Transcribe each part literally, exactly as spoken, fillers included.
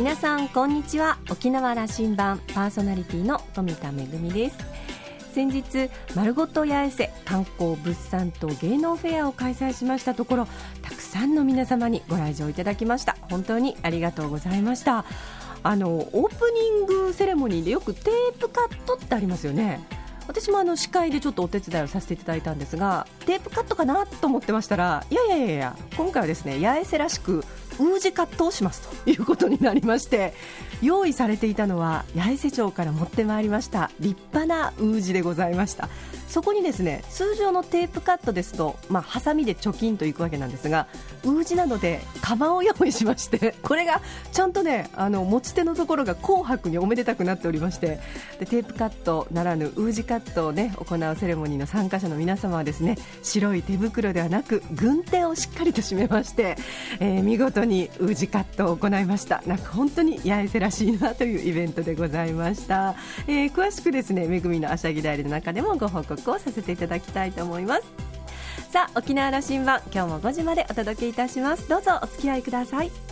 皆さんこんにちは。沖縄羅針盤パーソナリティの富田恵です。先日丸ごと八重瀬観光物産と芸能フェアを開催しましたところ、たくさんの皆様にご来場いただきました。本当にありがとうございました。あのオープニングセレモニーでよくテープカットってありますよね。私もあの司会でちょっとお手伝いをさせていただいたんですが、テープカットかなと思ってましたら、いやいやいやいや、今回はですね八重瀬らしくウージカットをしますということになりまして、用意されていたのは八重瀬町から持ってまいりました立派なウージでございました。そこにですね、通常のテープカットですと、まあ、ハサミでチョキンといくわけなんですが、ウージなので釜を用意しまして、これがちゃんとね、あの持ち手のところが紅白におめでたくなっておりまして、でテープカットならぬウージカットを、ね、行うセレモニーの参加者の皆様はですね、白い手袋ではなく軍手をしっかりと締めまして、えー、見事にウージカットを行いました。なんか本当に八重瀬らしいなというイベントでございました。えー、詳しくですね、めぐみのあしゃぎだいりの中でもご報告をさせていただきたいと思います。さあ、沖縄羅針盤、今日もごじまでお届けいたします。どうぞお付き合いください。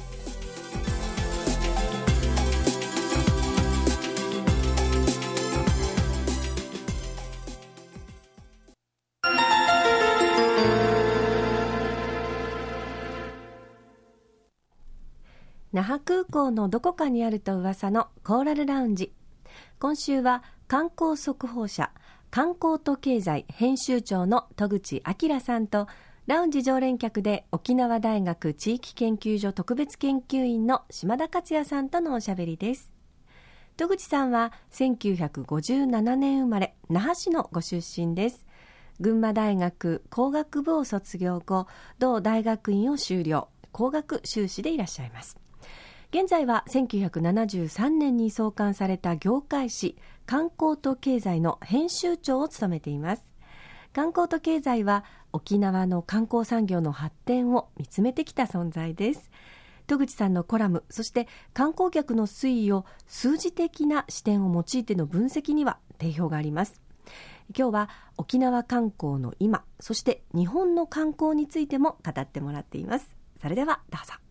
那覇空港のどこかにあると噂のコーラルラウンジ。今週は観光速報社観光と経済編集長の戸口明さんと、ラウンジ常連客で沖縄大学地域研究所特別研究員の島田克也さんとのおしゃべりです。戸口さんはせんきゅうひゃくごじゅうななねん生まれ、那覇市のご出身です。群馬大学工学部を卒業後、同大学院を修了、工学修士でいらっしゃいます。現在はせんきゅうひゃくななじゅうさんねんに創刊された業界誌観光と経済の編集長を務めています。観光と経済は沖縄の観光産業の発展を見つめてきた存在です。戸口さんのコラム、そして観光客の推移を数字的な視点を用いての分析には定評があります。今日は沖縄観光の今、そして日本の観光についても語ってもらっています。それではどうぞ。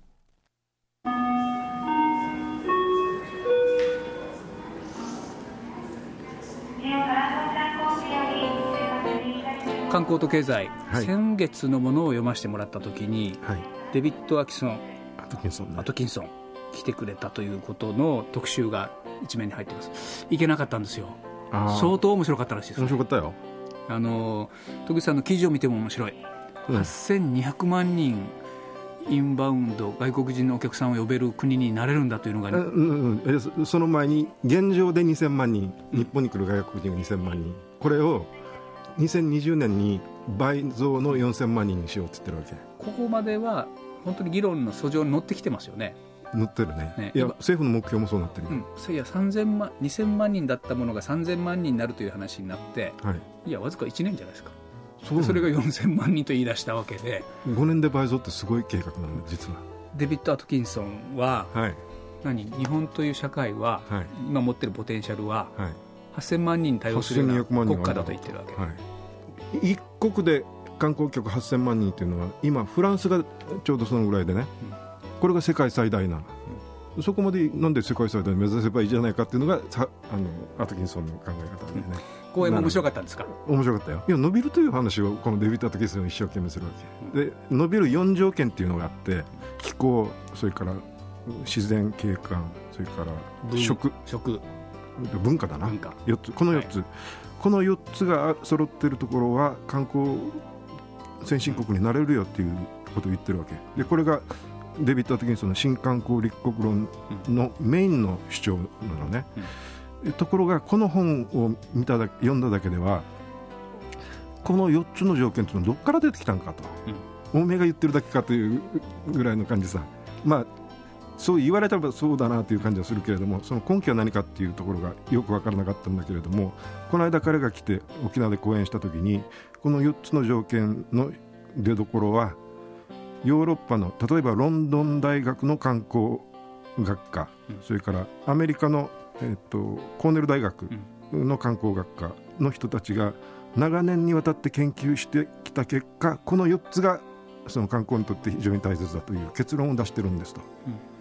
観光と経済、 はい、 先月のものを読ませてもらったときに、はい、デビッド・アキソンアトキンソン、ね、 アトキンソン来てくれたということの特集が一面に入っています。行けなかったんですよ。相当面白かったらしいです。 面白かったよ。 あの戸口さんの記事を見ても面白い、うん、はっせんにひゃくまんにんインバウンド外国人のお客さんを呼べる国になれるんだというのが、ね、 うんうん、その前に現状でにせんまんにん、日本に来る外国人がにせんまんにん、これをにせんにじゅうねんに倍増のよんせんまんにんにしようって言ってるわけ。 ここまでは本当に議論の訴状に乗ってきてますよね。 乗ってる ね, ねいや政府の目標もそうなってるよ、 うん、いやさんぜんまんにせんまんにんだったものがさんぜんまんにんになるという話になって、はい、いやわずかいちねんじゃないですか。 そ, それがよんせんまんにんと言い出したわけで、 ごねんで倍増ってすごい計画なの実は。 デビッド・アトキンソンは、はい、何日本という社会は、はい、今持ってるポテンシャルは、はい、はっせんまんにんに対応するような国家だと言ってるわけ、はい、 一国で観光客はっせんまんにんというのは今フランスがちょうどそのぐらいでね、うん、これが世界最大なの、うん、そこまでなんで世界最大を目指せばいいじゃないかっていうのがあのアトキンソンの考え方でね、 うん、講演も面白かったんですか。 面白かったよ。いや伸びるという話をこのデビッド・アトキンソンは一生懸命するわけ、うん、で伸びるよん条件っていうのがあって、気候、それから自然景観、それから食、 食文化だな、 文化よっつ、このよっつ、はい、このよっつが揃っているところは観光先進国になれるよっていうことを言ってるわけで、これがデビッド・アトキンソンの新観光立国論のメインの主張なのね、うん、ところがこの本を見ただけ読んだだけでは、このよっつの条件というのはどこから出てきたのかと、うん、おめえが言ってるだけかというぐらいの感じさ。まあそう言われたらそうだなという感じはするけれども、その根拠は何かっていうところがよく分からなかったんだけれども、この間彼が来て沖縄で講演した時に、このよっつの条件の出どころはヨーロッパの例えばロンドン大学の観光学科、うん、それからアメリカの、えー、とコーネル大学の観光学科の人たちが長年にわたって研究してきた結果、このよっつがその観光にとって非常に大切だという結論を出してるんですと、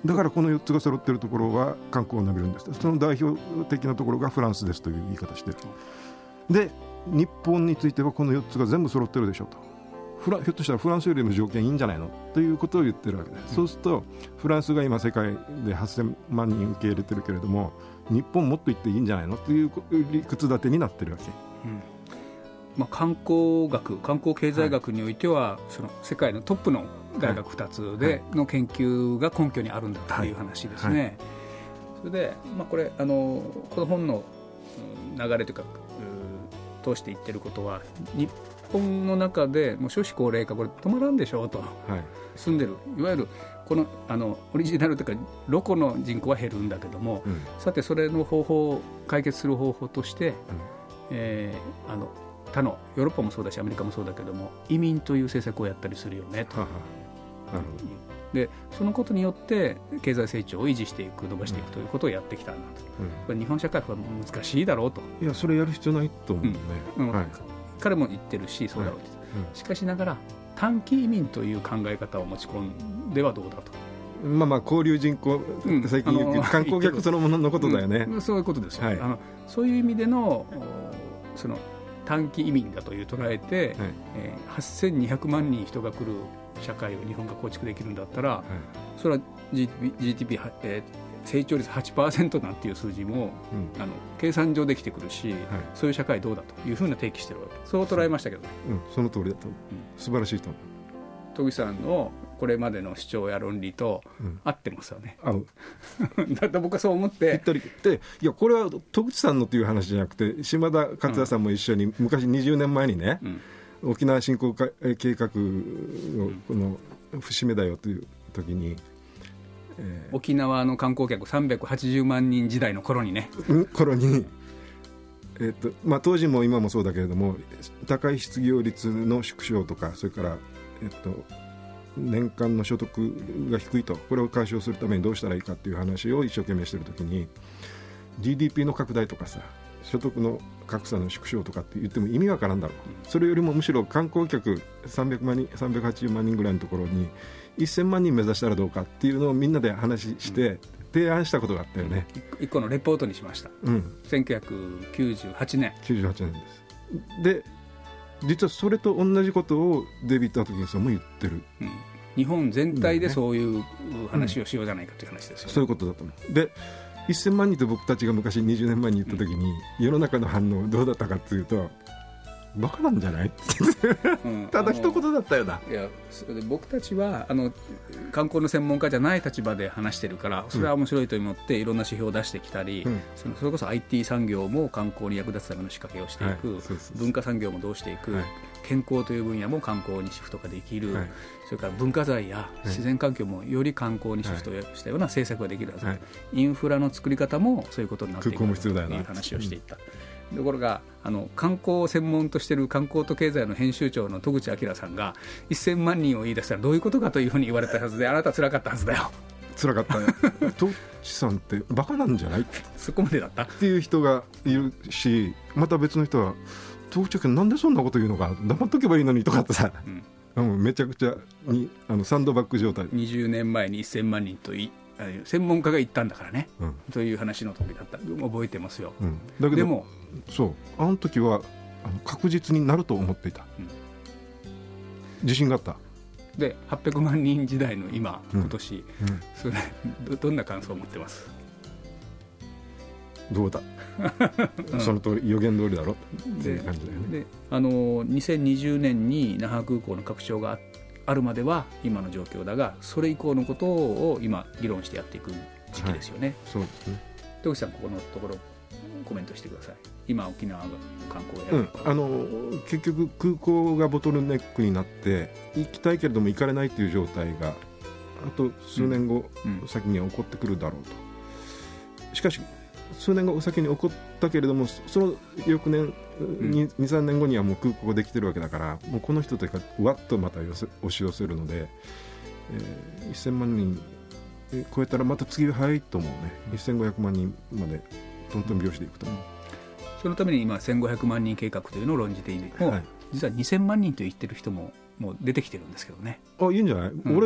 だからこのよっつが揃っているところは観光を伸びるんです。その代表的なところがフランスですという言い方している。で日本についてはこのよっつが全部揃ってるでしょうと、フラひょっとしたらフランスよりも条件いいんじゃないのということを言ってるわけです、うん、そうするとフランスが今世界ではっせんまんにん受け入れてるけれども日本もっと行っていいんじゃないのという理屈立てになってるわけ、うんまあ、観光学観光経済学においては、はい、その世界のトップの大学ふたつでの研究が根拠にあるんだという話ですね、はいはい、それで、まあ、これあのこの本の流れというか通して言ってることは日本の中でもう少子高齢化これ止まらんでしょうと、はい、住んでるいわゆるこのあのオリジナルというかロコの人口は減るんだけども、うん、さてそれの方法解決する方法として、うんえー、あの他のヨーロッパもそうだしアメリカもそうだけども移民という政策をやったりするよねと。ははなるほど。でそのことによって経済成長を維持していく伸ばしていくということをやってきたんだと、うん、これ日本社会は難しいだろうと。 いやそれやる必要ないと思うね、 うんうんはい、彼も言ってるしそうだろうと、はいうん、しかしながら短期移民という考え方を持ち込んではどうだと。 まあまあ交流人口、うん、最近言うけど観光客そのもののことだよね、 うん、そういうことですよ、はい、あのそういう意味でのその短期移民だという捉えて、はいえー、はっせんにひゃくまんにん人が来る社会を日本が構築できるんだったら、はい、それは ジーティーピー、えー、成長率 はちパーセント なんていう数字も、うん、あの計算上できてくるし、はい、そういう社会どうだというふうな提起してるわけ。そう捉えましたけどね、 うん、その通りだと思う、うん、素晴らしいと思う。 戸口さんのこれまでの主張や論理と合ってますよね、 うん、合うだって僕はそう思ってぴったりでいやこれは戸口さんのという話じゃなくて島田克也さんも一緒に、うん、昔にじゅうねんまえにね、うん沖縄振興計画のこの節目だよという時に、 えー、沖縄の観光客さんびゃくはちじゅうまんにん時代の頃にね頃に、えーとまあ、当時も今もそうだけれども高い失業率の縮小とかそれから、えーと、年間の所得が低いとこれを解消するためにどうしたらいいかっていう話を一生懸命している時に ジーディーピー の拡大とかさ所得の格差の縮小とかって言っても意味わからんだろう。それよりもむしろ観光客さんびゃくまんにんさんびゃくはちじゅうまんにんぐらいのところにせんまんにん目指したらどうかっていうのをみんなで話して提案したことがあったよね。 一個のレポートにしました、うん、せんきゅうひゃくきゅうじゅうはちねんきゅうじゅうはちねんですで実はそれと同じことをデビッド・アトキンソンも言ってる、 うん、日本全体でそういう話をしようじゃないかという話ですよね、うん、 そういうことだと思う。でせんまんにんと僕たちが昔にじゅうねんまえに言った時に、うん、世の中の反応どうだったかっていうとバカなんじゃない、うん、ただ一言だったよな。 いやそれで僕たちはあの観光の専門家じゃない立場で話してるからそれは面白いと思っていろんな指標を出してきたり、うん、そのそれこそ アイティー 産業も観光に役立つための仕掛けをしていく、はい、そうそうそう文化産業もどうしていく、はい、健康という分野も観光にシフトができる、はい、それから文化財や自然環境もより観光にシフトしたような政策ができるはず、はい、インフラの作り方もそういうことになっていくという話をしていった。ところがあの観光を専門としている観光と経済の編集長の戸口明さんがせんまんにんを言い出したらどういうことかというふうに言われたはずであなたは辛かったはずだよ。 辛かったね戸口さんってバカなんじゃないそこまでだったっていう人がいるしまた別の人は戸口君なんでそんなこと言うのか黙っとけばいいのにとかってさ、うん、めちゃくちゃにあのサンドバッグ状態にじゅうねんまえにせんまんにんとい専門家が言ったんだからね、うん、という話の時だった覚えてますよ、うん、 だけどでもそうあの時はあの確実になると思っていた、うん、自信があった。 ではっぴゃくまんにん時代の今、うん、今年、うん、それ ど, どんな感想を持ってます？ どうだ、うん、その通り予言通りだろっていう感じだよね。 であのにせんにじゅうねんに那覇空港の拡張があるまでは今の状況だがそれ以降のことを今議論してやっていく時期ですよね、はい、 そうですね。 戸口さんここのところコメントしてください。今沖縄が観光をやる、 うん、あの結局空港がボトルネックになって行きたいけれども行かれないという状態があと数年後、うんうん、先には起こってくるだろうと。しかし数年後先に起こったけれどもその翌年、うん、にさんねんごにはもう空港ができてるわけだからもうこの人というかわっとまた寄せ押し寄せるので、えー、せんまんにん超えたらまた次は早いと思うね。せんごひゃくまんにんまでトントン拍子でいくと思う。 そのために今せんごひゃくまんにん計画というのを論じている、はい、実はにせんまんにんと言ってる人ももう出てきてるんですけどね。 あいいんじゃない、うん、俺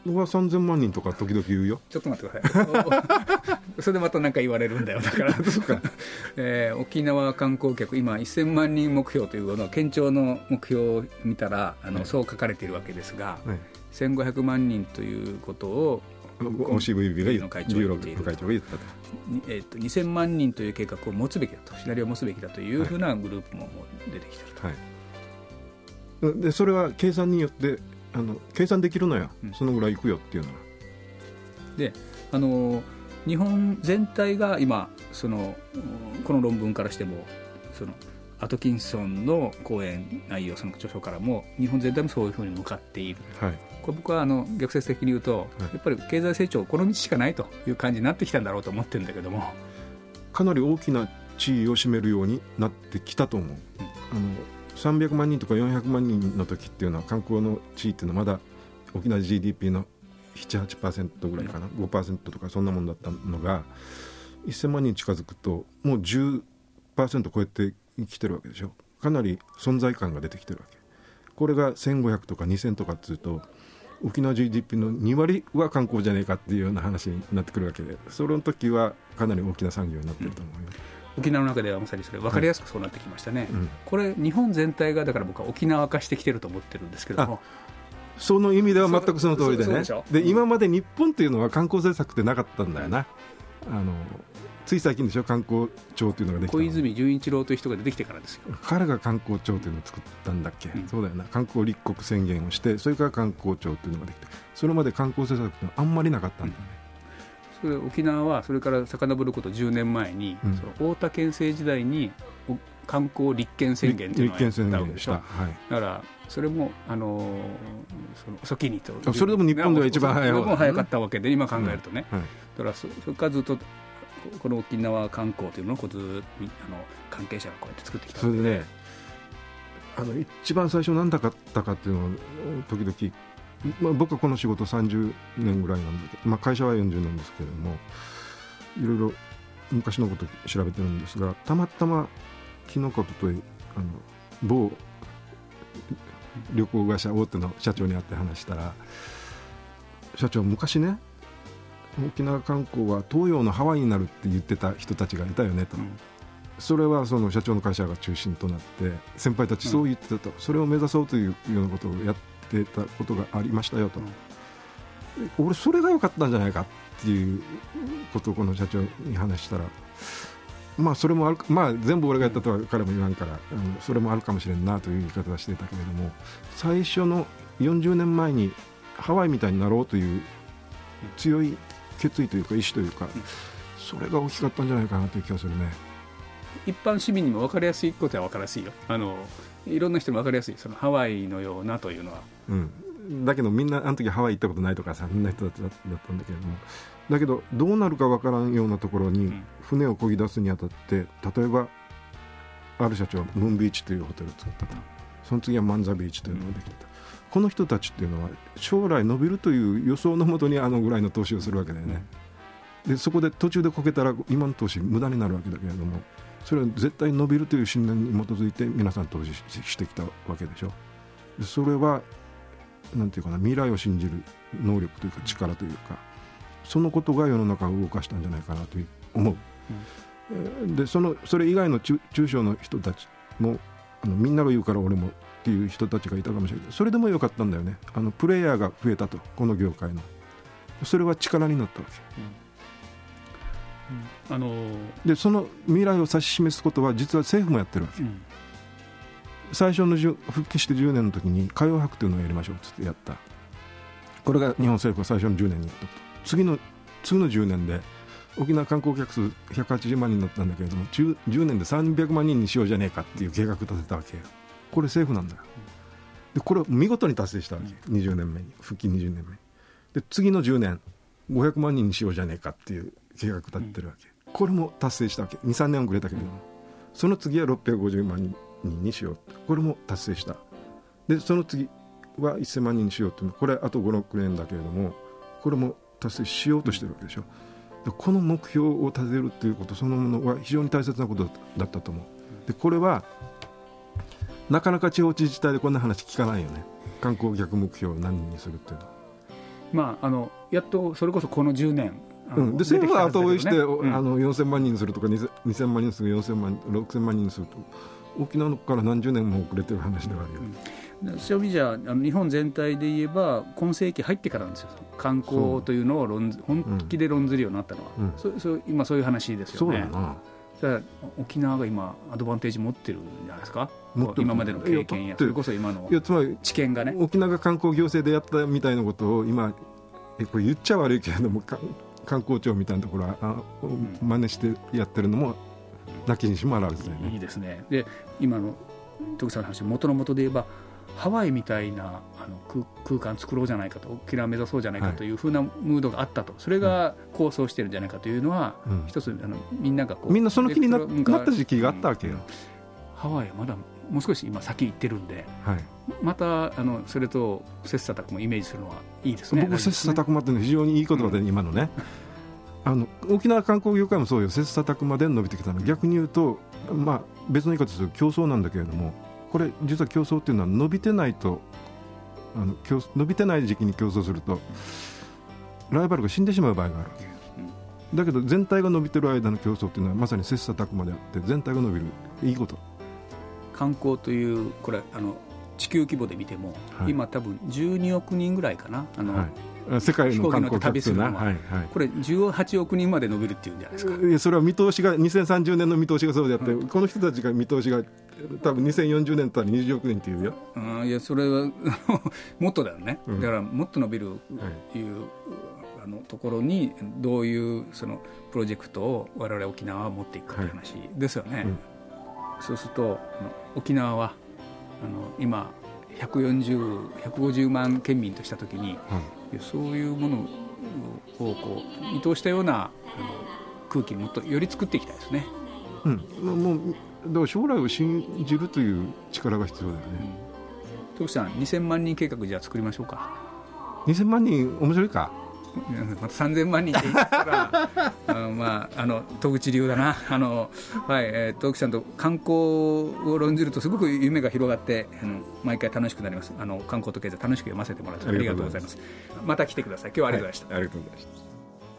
はさんぜんまんにんとか時々言うよ。 ちょっと待ってくださいそれでまた何か言われるんだよだからそうか、えー、沖縄観光客今せんまんにん目標というの県庁の目標を見たらあの、はい、そう書かれているわけですが、はい、せんごひゃくまんにんということをオーシーブイビー がの会長が言っている会長が言ったと、 えー、とにせんまんにんという計画を持つべきだとシナリオを持つべきだというふうなグループも出てきていると、 はい、でそれは計算によってあの計算できるのよ、うん、そのぐらいいくよっていうのは。 であの日本全体が今そのこの論文からしてもそのアトキンソンの講演内容その著書からも日本全体もそういうふうに向かっている、はい、これ僕はあの逆説的に言うと、はい、やっぱり経済成長この道しかないという感じになってきたんだろうと思ってるんだけども、 かなり大きな地位を占めるようになってきたと思う、うん、あのさんびゃくまんにんとかよんひゃくまんにんの時っていうのは観光の地位っていうのはまだ沖縄 ジーディーピー の ななはちパーセント ぐらいかな、うん、ごパーセント とかそんなもんだったのがせんまんにん近づくともう じゅっパーセント 超えてきてるわけでしょ。かなり存在感が出てきてるわけ。これがせんごひゃくとかにせんとかっていうと沖縄 ジーディーピー のにわりは観光じゃねえかっていうような話になってくるわけで、その時はかなり大きな産業になってると思うよ、 うん、沖縄の中ではまさにそれ分かりやすくそうなってきましたね、はい、うん、これ日本全体がだから僕は沖縄化してきてると思ってるんですけども、 その意味では全くその通りでね。で、今まで日本っていうのは観光政策ってなかったんだよな、うん、あのつい最近でしょ観光庁っていうのができたの。 小泉純一郎という人が出てきてからですよ。 彼が観光庁というのを作ったんだっけ、うん、そうだよな。観光立国宣言をしてそれから観光庁というのができて、それまで観光政策っていうのはあんまりなかったんだよね、 うん、それ沖縄はそれから遡ることじゅうねんまえに、うん、その大田県政時代に観光立憲宣言というのをやったわけでしょ、はい、だからそれも、あのー、その遅きにとそれでも日本では一番早い、 それも早かったわけで今考えるとね、うんはい、だからそれからずっとこの沖縄観光というのをずっとあの関係者がこうやって作ってきたそれでね、あの一番最初何だったかっていうのを時々、まあ、僕はこの仕事さんじゅうねんぐらいなんだけど、まあ、会社はよんじゅうねんですけれどもいろいろ昔のことを調べてるんですが、たまたま昨日かとといあの某旅行会社大手の社長に会って話したら、社長昔ね沖縄観光は東洋のハワイになるって言ってた人たちがいたよねと、うん、それはその社長の会社が中心となって先輩たちそう言ってたと、うん、それを目指そうというようなことをやってたことがありましたよと、うん、俺それが良かったんじゃないかっていうことをこの社長に話したら、まあそれもある、まあ全部俺がやったとは彼も言わんから、うん、それもあるかもしれんなという言い方はしてたけれども、最初のよんじゅうねんまえにハワイみたいになろうという強い決意というか意志というか、それが大きかったんじゃないかなという気がするね。 一般市民にも分かりやすいことは分かりやすいよ。あのいろんな人に分かりやすい、そのハワイのようなというのは、 うん、だけどみんなあの時ハワイ行ったことないとかさ、みんな人たちだったんだけれども、だけどどうなるか分からんようなところに船を漕ぎ出すにあたって、例えばある社長はムーンビーチというホテルを作ったと、その次はマンザビーチというのができてた、うん、この人たちっていうのは将来伸びるという予想のもとにあのぐらいの投資をするわけだよね、うん、でそこで途中でこけたら今の投資無駄になるわけだけれども、それは絶対伸びるという信念に基づいて皆さん投資してきたわけでしょ。でそれはなんていうかな、未来を信じる能力というか力というか、そのことが世の中を動かしたんじゃないかなと思う、うん、で そ, のそれ以外の 中, 中小の人たちもあのみんなが言うから俺もっていう人たちがいたかもしれない。それでもよかったんだよね。あのプレイヤーが増えたと、この業界のそれは力になったわけ、うんうん、あのー、でその未来を指し示すことは実は政府もやってるわけ、うん、最初の復帰してじゅうねんの時に海洋博というのをやりましょうってやった。これが日本政府が最初のじゅうねんにやったと。次の次のじゅうねんで沖縄観光客数ひゃくはちじゅうまんにんだったんだけれども、じゅうねんでさんびゃくまんにんにしようじゃねえかっていう計画を立てたわけよ。これ政府なんだよ。でこれを見事に達成したわけ、にじゅうねんめに、復帰にじゅうねんめに。で次のじゅうねんごひゃくまんにんにしようじゃねえかっていう計画を立ててるわけ、これも達成したわけ。 にさんねん遅れたけれども、その次はろっぴゃくごじゅうまんにんにしよう、これも達成した。でその次はせんまんにんにしようっていうの、これあとごろくねんだけれども、これも達成しようとしてるわけでしょ。でこの目標を立てるということそのものは非常に大切なことだったと思う。でこれはなかなか地方自治体でこんな話聞かないよね。観光客目標を何人にするっていうのは。 まあ、あのやっとそれこそこのじゅうねん、 うん、で政府が後追いして、 うん、 あのよんせんまんにんにするとかにせんまんにんにするよんせんまんろくせんまんにんにすると沖縄から何十年も遅れてる話ではあるよ、 うん、そういう意味じゃあの日本全体で言えば今世紀入ってからなんですよ。観光というのを論本気で論ずるようになったのは、うん、そそ今そういう話ですよね。 そうだな。 だから沖縄が今アドバンテージ持ってるんじゃないですか。今までの経験やそれこそ今の知見がね。 沖縄が観光行政でやったみたいなことを今えこれ言っちゃ悪いけれども観光庁みたいなところはあ、うん、真似してやってるのもなきにしもあらずだよね。 いいですね。で今の徳さんの話元の元で言えばハワイみたいなあの 空, 空間作ろうじゃないかと沖縄目指そうじゃないかというふうなムードがあったと、それが構想してるんじゃないかというのは、うん、一つあのみんながこうみんなその気に な, なった時期があったわけよ、うん、 ハワイはまだもう少し今先行ってるんで、はい、またあのそれと切磋琢磨イメージするのはいいですね。 僕切磋琢磨って非常にいい言葉で、うん、今のねあの沖縄観光業界もそうよ。切磋琢磨で伸びてきたの。逆に言うと、まあ、別の言い方すると競争なんだけれども、これ実は競争っていうのは伸びてないとあの競伸びてない時期に競争するとライバルが死んでしまう場合があるわけ、うん、だけど全体が伸びてる間の競争っていうのはまさに切磋琢磨であって全体が伸びるいいこと。 観光というこれあの地球規模で見ても、はい、今多分じゅうにおくにんぐらいかなあの、はい世界の観光客数が、はいはい、これじゅうはちおくにんまで伸びるっていうんじゃないですか。 いやそれは見通しがにせんさんじゅうねんの見通しがそうであって、うん、この人たちが見通しが多分にせんよんじゅうねんとはにじゅうおくにんっていうよ。 あいやそれはもっとだよね、うん、だからもっと伸びるいう、はい、あのところにどういうそのプロジェクトを我々沖縄は持っていくかという話ですよね、はいうん、そうすると沖縄はあの今ひゃくよんじゅう、ひゃくごじゅうまん県民としたときに、うん、そういうものをこう見通したようなあの空気にもっとより作っていきたいですね、 うん、もうだから将来を信じるという力が必要だよね。 徳さんにせんまんにん計画じゃあ作りましょうか。 にせんまんにん面白いか。 またさんぜんまんにんって言ったらあの、まあ、あの戸口流だなあの、はいえー、徳さんと観光を論じるとすごく夢が広がってあの毎回楽しくなります。あの観光と経済楽しく読ませてもらってありがとうございます。また来てください。今日はありがとうございました、 はい、ありがとうございました。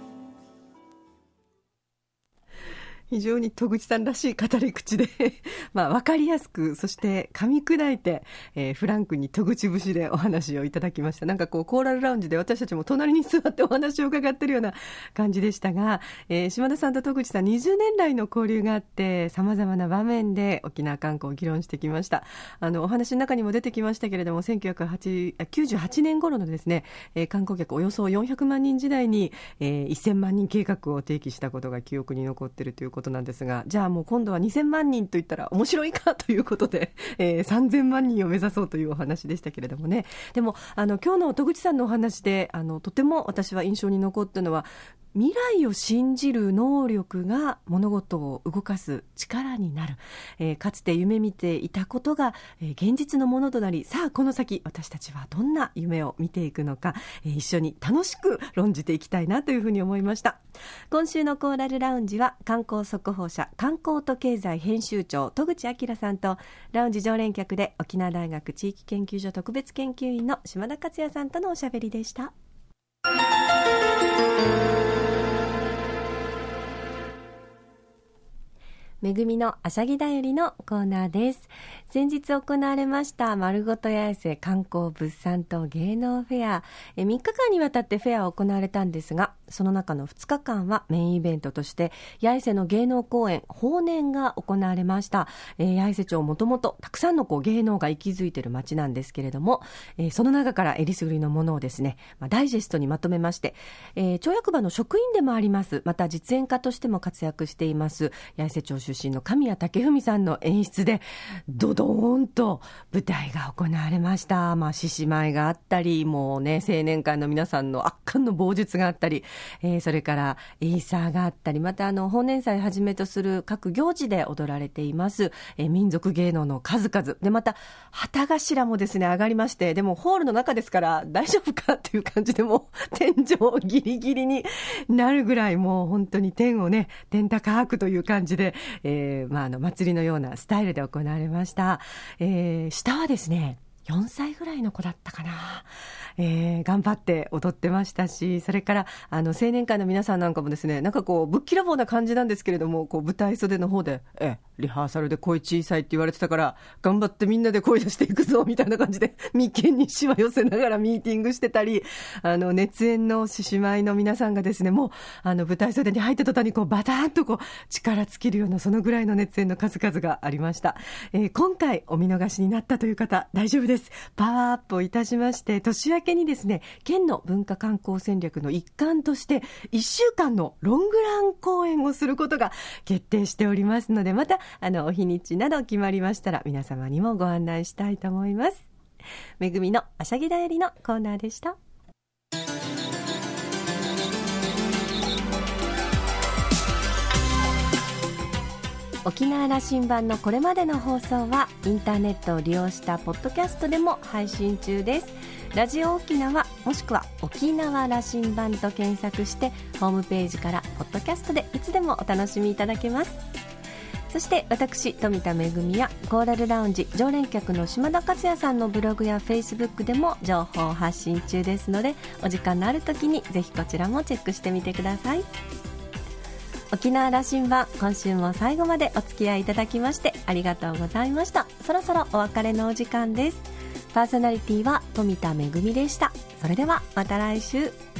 非常に戸口さんらしい語り口でまあ分かりやすくそして噛み砕いて、えー、フランクに戸口節でお話をいただきました。なんかこうコーラルラウンジで私たちも隣に座ってお話を伺っているような感じでしたが、えー、島田さんと戸口さんにじゅうねん来の交流があってさまざまな場面で沖縄観光を議論してきました。あのお話の中にも出てきましたけれどもせんきゅうひゃくきゅうじゅうはちねん頃のですね、えー、観光客およそよんひゃくまんにん時代に、えー、せんまんにん計画を提起したことが記憶に残っているということなんですが、じゃあもう今度はにせんまんにんといったら面白いかということで、えー、さんぜんまんにんを目指そうというお話でしたけれどもね。でもあの今日の戸口さんのお話であのとても私は印象に残ったのは未来を信じる能力が物事を動かす力になる、えー、かつて夢見ていたことが、えー、現実のものとなり、さあこの先私たちはどんな夢を見ていくのか、えー、一緒に楽しく論じていきたいなというふうに思いました。今週のコーラルラウンジは観光速報社観光と経済編集長戸口明さんとラウンジ常連客で沖縄大学地域研究所特別研究員の島田克也さんとのおしゃべりでした。めぐみのあしゃぎだよりのコーナーです。先日行われました丸ごと八重瀬観光物産と芸能フェア、えみっかかんにわたってフェアを行われたんですが、その中のふつかかんはメインイベントとして八重瀬の芸能公演豊年が行われました。えー、八重瀬町もともとたくさんのこう芸能が息づいている町なんですけれども、えー、その中からえりすぐりのものをですね、まあ、ダイジェストにまとめまして、えー、町役場の職員でもあります、また実演家としても活躍しています八重瀬町出身の神谷武文さんの演出でドドーンと舞台が行われました。まあ、獅子舞があったり、もうね青年会の皆さんの圧巻の棒術があったり、えー、それからエイサーがあったり、またあの豊年祭はじめとする各行事で踊られています、えー、民族芸能の数々で、また旗頭もですね上がりまして、でもホールの中ですから大丈夫かっていう感じで、もう天井ギリギリになるぐらい、もう本当に天をね天高くという感じで、えーまあ、あの祭りのようなスタイルで行われました。えー、下はですねよんさいぐらいの子だったかな、えー、頑張って踊ってましたし、それからあの青年会の皆さんなんかもですね、なんかこうぶっきらぼうな感じなんですけれども、こう舞台袖の方でえリハーサルで声小さいって言われてたから頑張ってみんなで声出していくぞみたいな感じで眉間にしわ寄せながらミーティングしてたり、あの熱演の獅子舞の皆さんがですね、もうあの舞台袖に入った途端にこうバターンとこう力尽きるような、そのぐらいの熱演の数々がありました。えー、今回お見逃しになったという方大丈夫です。パワーアップをいたしまして、年明けにですね、県の文化観光戦略の一環としていっしゅうかんのロングラン公演をすることが決定しておりますので、またあのお日にちなど決まりましたら皆様にもご案内したいと思います。めぐみのあしゃぎだよりのコーナーでした。沖縄羅針盤のこれまでの放送はインターネットを利用したポッドキャストでも配信中です。ラジオ沖縄もしくは沖縄羅針盤と検索してホームページからポッドキャストでいつでもお楽しみいただけます。そして私富田恵やコーラルラウンジ常連客の島田克也さんのブログやフェイスブックでも情報を発信中ですので、お時間のある時にぜひこちらもチェックしてみてください。沖縄羅針盤、今週も最後までお付き合いいただきましてありがとうございました。そろそろお別れのお時間です。パーソナリティは富田恵でした。それではまた来週。